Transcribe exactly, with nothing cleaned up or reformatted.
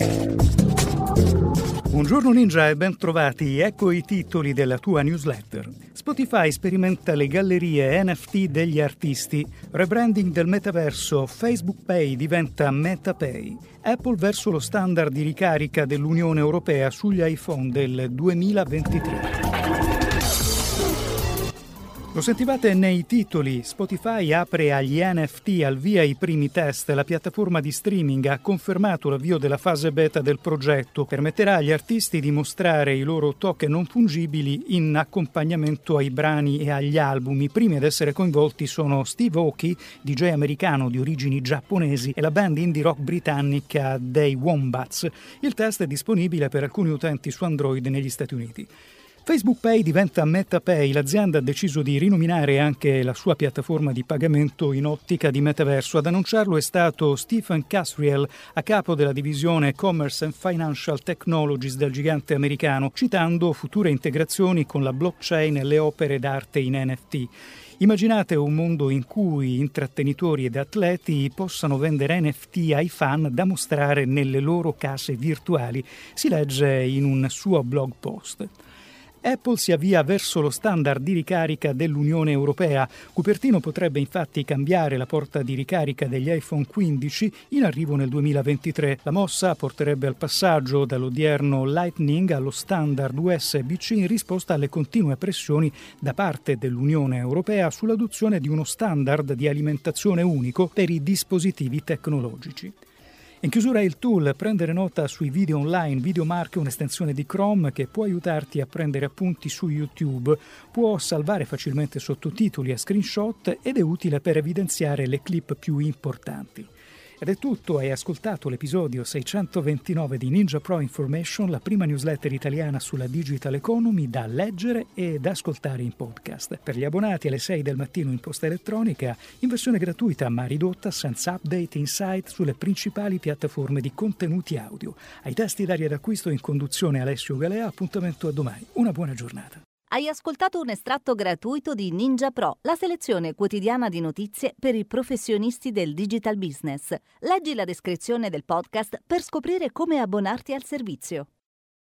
Buongiorno Ninja e ben trovati, ecco i titoli della tua newsletter. Spotify sperimenta le gallerie N F T degli artisti, rebranding del metaverso, Facebook Pay diventa MetaPay, Apple verso lo standard di ricarica dell'Unione Europea sugli iPhone del duemilaventitré. Lo sentivate nei titoli, Spotify apre agli N F T al via i primi test, la piattaforma di streaming ha confermato l'avvio della fase beta del progetto, permetterà agli artisti di mostrare i loro token non fungibili in accompagnamento ai brani e agli album. I primi ad essere coinvolti sono Steve Aoki, D J americano di origini giapponesi, e la band indie rock britannica dei Wombats. Il test è disponibile per alcuni utenti su Android negli Stati Uniti. Facebook Pay diventa MetaPay, l'azienda ha deciso di rinominare anche la sua piattaforma di pagamento in ottica di metaverso. Ad annunciarlo è stato Stephen Casriel, a capo della divisione Commerce and Financial Technologies del gigante americano, citando future integrazioni con la blockchain e le opere d'arte in N F T. Immaginate un mondo in cui intrattenitori ed atleti possano vendere N F T ai fan da mostrare nelle loro case virtuali, si legge in un suo blog post. Apple si avvia verso lo standard di ricarica dell'Unione Europea. Cupertino potrebbe infatti cambiare la porta di ricarica degli iPhone quindici in arrivo nel duemilaventitré. La mossa porterebbe al passaggio dall'odierno Lightning allo standard U S B C in risposta alle continue pressioni da parte dell'Unione Europea sull'adozione di uno standard di alimentazione unico per i dispositivi tecnologici. In chiusura il tool Prendere nota sui video online. VideoMark è un'estensione di Chrome che può aiutarti a prendere appunti su YouTube, può salvare facilmente sottotitoli e screenshot ed è utile per evidenziare le clip più importanti. Ed è tutto, hai ascoltato l'episodio seicentoventinove di Ninja Pro Information, la prima newsletter italiana sulla digital economy da leggere e da ascoltare in podcast. Per gli abbonati alle sei del mattino in posta elettronica, in versione gratuita ma ridotta, senza update e insight sulle principali piattaforme di contenuti audio. Ai testi d'aria d'acquisto in conduzione Alessio Galea, appuntamento a domani. Una buona giornata. Hai ascoltato un estratto gratuito di Ninja Pro, la selezione quotidiana di notizie per i professionisti del digital business. Leggi la descrizione del podcast per scoprire come abbonarti al servizio.